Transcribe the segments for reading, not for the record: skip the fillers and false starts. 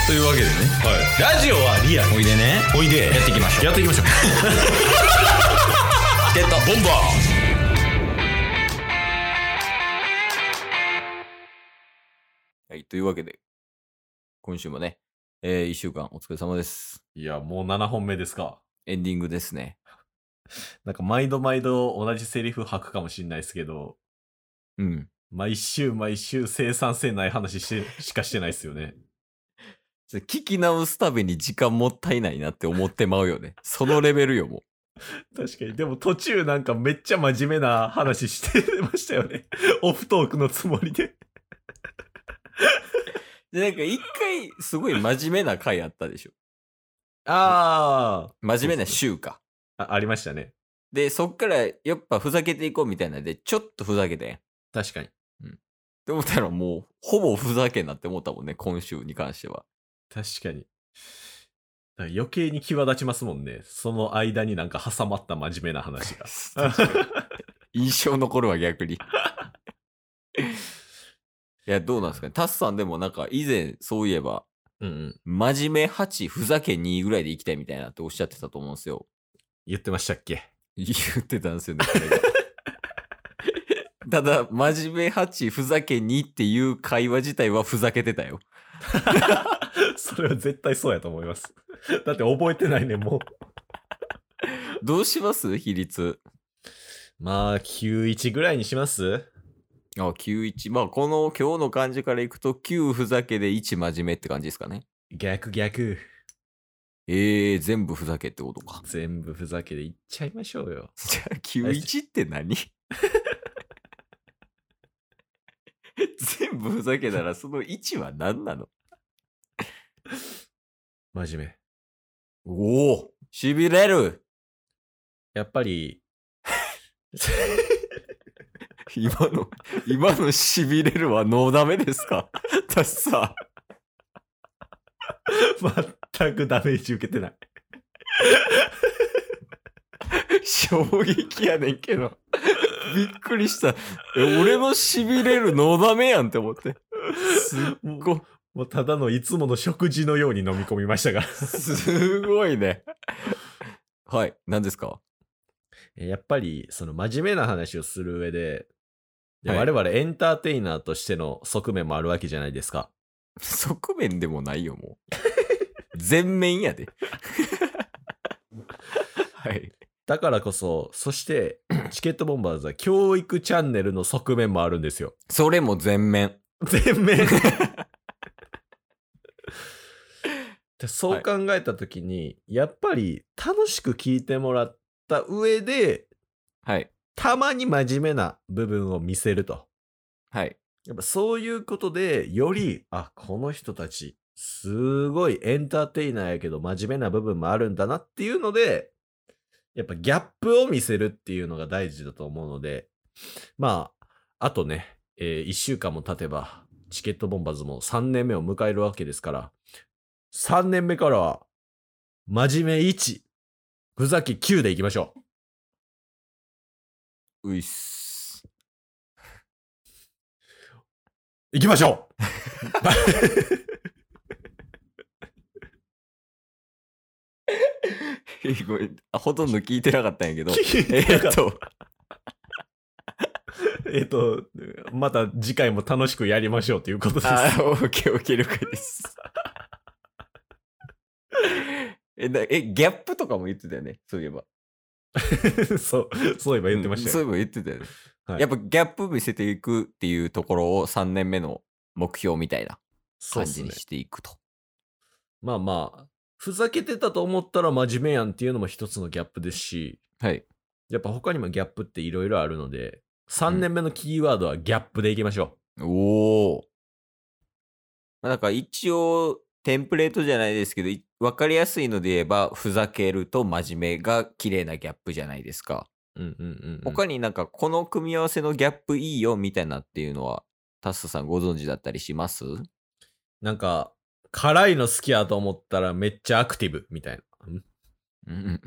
というわけでね、 はい、ラジオはリアル。 おいでね、 おいでやっていきましょう。 やっていきましょう。 ゲットボンバー。はい、というわけで今週もね、1週間お疲れ様です。 いや、もう7本目ですか。 エンディングですね。 なんか毎度毎度同じセリフ吐くかもしれないですけど、 うん。 毎週生産性ない話しかしてないですよね。 聞き直すたびに時間もったいないなって思ってまうよね。そのレベルよ、も確かに。でも途中なんかめっちゃ真面目な話してましたよね。オフトークのつもりで。 で、なんか一回すごい真面目な回あったでしょ。 あ真面目な週か。 ありましたね。 で、そっからやっぱふざけていこうみたいなんで、ちょっとふざけてん。 確かに。 って思ったらもう、ほぼふざけんなって思ったもんね、今週に関しては。 確かに。だから余計に際立ちますもんね。その間になんか挟まった真面目な話が。 印象残るわ、逆に。いや、どうなんですかね。タスさんでもなんか以前そういえば、真面目8、ふざけ2ぐらいで行きたいみたいなっておっしゃってたと思うんですよ。 言ってましたっけ？ 言ってたんですよね、これが。ただ、真面目8、ふざけ2っていう会話自体はふざけてたよ。 それは絶対そうやと思います。だって覚えてないね、もう。 どうします比率。 まあ、91ぐらいにします？ あ、91。まあ、この今日の感じからいくと、9ふざけで1真面目って感じですかね。 逆。 全部ふざけってことか。 全部ふざけでいっちゃいましょうよ。 じゃあ、91って何？全部ふざけたらその1は何なの？ 真面目。 おお、しびれる。 やっぱり、 今のしびれるはノーダメですか？私さ、 全くダメージ受けてない。 衝撃やねんけど。びっくりした。俺のしびれるノーダメやんって思って。すっごい。 もうただのいつもの食事のように飲み込みましたが。 すごいね。はい、何ですか？ やっぱり、その真面目な話をする上で、 はい、 我々エンターテイナーとしての側面もあるわけじゃないですか。 側面でもないよ、もう。全面やで。はい。 だからこそ、そして、チケットボンバーズは教育チャンネルの側面もあるんですよ。 それも全面。 全面。でそう考えたときに、やっぱり楽しく聞いてもらった上で、 はい。 たまに真面目な部分を見せると。 はい。 やっぱそういうことで、より、この人たち、すごいエンターテイナーやけど真面目な部分もあるんだなっていうので、やっぱギャップを見せるっていうのが大事だと思うので、まあ、あとね、1週間も経てば、チケットボンバーズも3年目を迎えるわけですから、3年目からは、真面目1、ふざけ9でいきましょういっす。 う。いきましょうごめん、ほとんど聞いてなかったんやけど。 また次回も楽しくやりましょうということです。 オッケー了解です。ギャップとかも言ってたよね、そういえば。 そういえば言ってましたよ。 そういえば言ってたよね。 はい、 やっぱギャップ見せていくっていうところを3年目の目標みたいな感じにしていくと。 まあまあ、ふざけてたと思ったら真面目やんっていうのも一つのギャップですし、 はい。 やっぱ他にもギャップっていろいろあるので、3年目のキーワードはギャップでいきましょう。おお。なんか一応、テンプレートじゃないですけど、分かりやすいので言えば、ふざけると真面目が綺麗なギャップじゃないですか。他になんかこの組み合わせのギャップいいよみたいなっていうのは、タッソさんご存知だったりします？ なんか、辛いの好きやと思ったらめっちゃアクティブみたいな。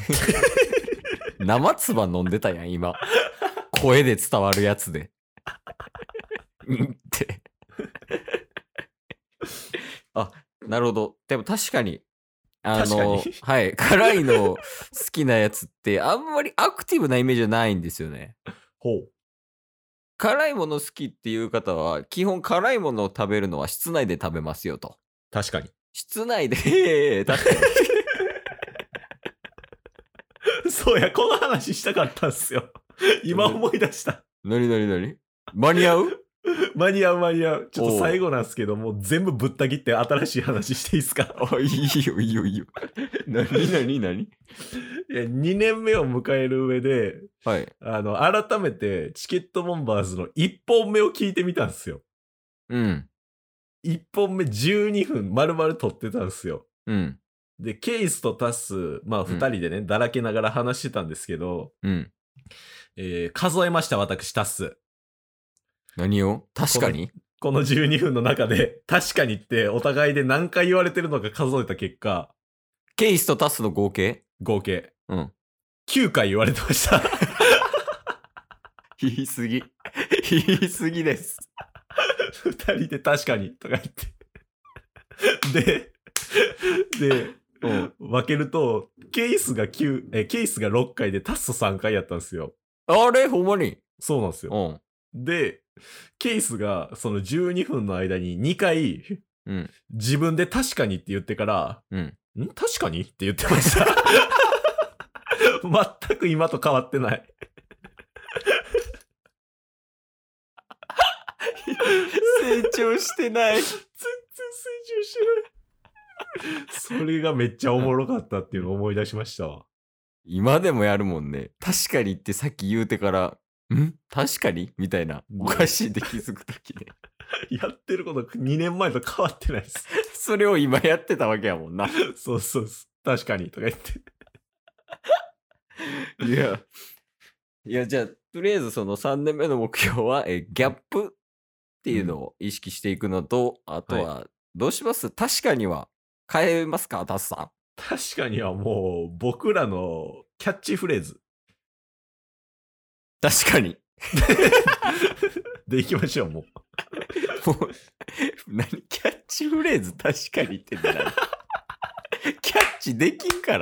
生唾飲んでたやん、今。声で伝わるやつで。って。 なるほど。でも確かに、 確かにはい、辛いの好きなやつってあんまりアクティブなイメージはないんですよね。 ほう。 辛いもの好きっていう方は、基本辛いものを食べるのは室内で食べますよと。 確かに。 室内で、確かに。 そうや、この話したかったんすよ。今思い出した。 なに間に合う間に合う。ちょっと最後なんですけど、もう全部ぶった切って新しい話していいですか？ あ、いいよ。なにいや、2年目を迎える上で、 はい。 改めてチケットボンバーズの1本目を聞いてみたんですよ。 うん。 1本目12分丸々撮ってたんですよ。 うん。 で、ケイスとタス、まあ2人でね、だらけながら話してたんですけど、 うん。 数えました、私、タス。 何を確かにこの12分の中で、確かにってお互いで何回言われてるのか数えた結果、 ケイスとタスの合計合計うん。 9回言われてました。 言い過ぎです。 2人で確かにとか言って。で、分けると、ケイスが6回でタス3回やったんですよ。 あれほんまにそうなんですよ。で、ケイスがその12分の間に2回、自分で確かにって言ってから、確かにって言ってました。全く今と変わってない。 成長してない。 全然成長してない。それがめっちゃおもろかったっていうのを思い出しましたわ。 今でもやるもんね。確かにってさっき言うてから、確かにみたいな。おかしいって気づくときね。 やってること2年前と変わってないです。 それを今やってたわけやもんな。 そう。確かにとか言って。 いや、じゃあ、とりあえずその3年目の目標は、ギャップっていうのを意識していくのと、あとは、どうします？確かには変えますか？タスさん。 確かにはもう僕らのキャッチフレーズ。 確かに。 でいきましょう、もう。 何キャッチフレーズ確かにって何キャッチできんから。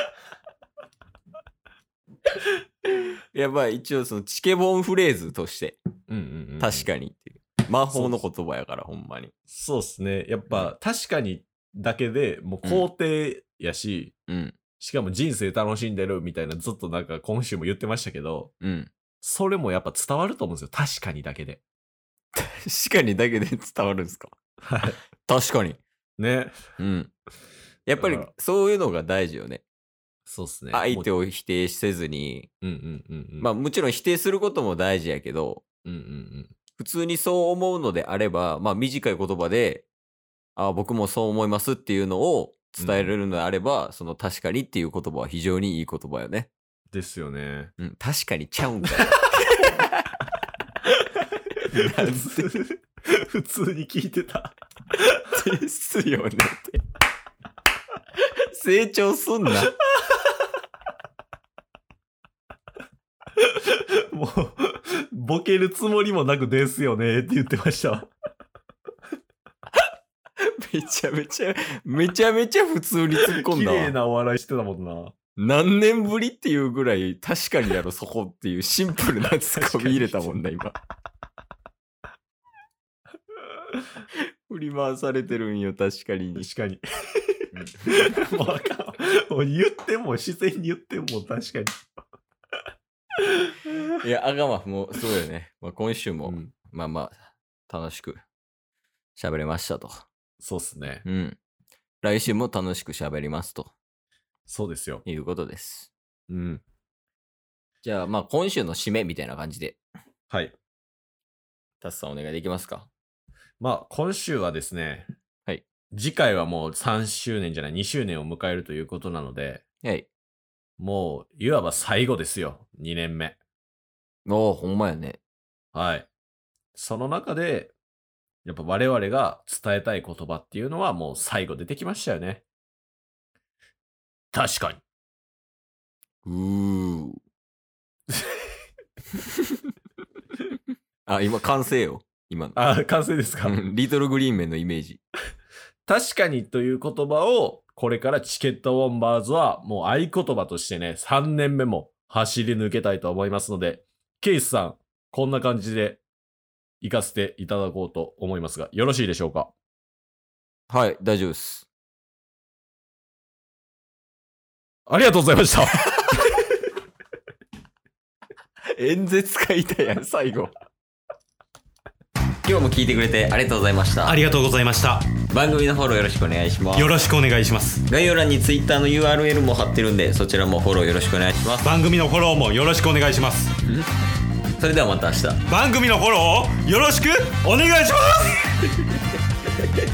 いや、まあ一応そのチケボンフレーズとして、確かにっていう。魔法の言葉やから、ほんまに。 そうっすね。やっぱ、確かにだけでもう肯定やし、しかも人生楽しんでるみたいなずっとなんか今週も言ってましたけど、それもやっぱ伝わると思うんですよ。確かにだけで。 確かにだけで伝わるんですか？ はい。 確かに。 ね。 やっぱりそういうのが大事よね。 そうっすね。 相手を否定せずに、まあもちろん否定することも大事やけど、普通にそう思うのであれば、まあ短い言葉で、僕もそう思いますっていうのを伝えれるのであれば、その確かにっていう言葉は非常にいい言葉よね。 ですよね。 確かにちゃうんかい。 普通に聞いてた。 ですよねって。成長すんな。 もう、ボケるつもりもなくですよねって言ってましたわ。 めちゃめちゃ普通に突っ込んだわ。 綺麗なお笑いしてたもんな。 何年ぶりっていうぐらい確かにやろそこっていうシンプルなツッコミ入れたもんな今。振り回されてるんよ確かに。 確かに。もうあかん。もう言っても自然に言っても確かに。 いやあかんわもうそうよね。まあ、今週も、まあ楽しく喋れましたと。 そうっすね。 来週も楽しく喋りますと。 そうですよ。 いうことです。じゃあまあ今週の締めみたいな感じで。 はい。 タスさんお願いできますか？ まあ今週はですね。 はい。 次回はもう3周年じゃない2周年を迎えるということなので。 はい。 もういわば最後ですよ。2年目。 ほんまやね。 はい。その中で、やっぱ我々が伝えたい言葉っていうのはもう最後出てきましたよね。確かに。 今完成よ。今の。 完成ですか？ リトルグリーンメンのイメージ。 確かにという言葉を、これからチケットボンバーズはもう合言葉としてね、3年目も走り抜けたいと思いますので、ケイスさん、こんな感じで行かせていただこうと思いますが、よろしいでしょうか？ はい、大丈夫です。 ありがとうございました。 演説書いたやん、最後。今日も聞いてくれてありがとうございました。 ありがとうございました。 番組のフォローよろしくお願いします。 よろしくお願いします。 概要欄に Twitter の URL も貼ってるんで、そちらもフォローよろしくお願いします。 番組のフォローもよろしくお願いします。 それではまた明日。 番組のフォローをよろしくお願いします。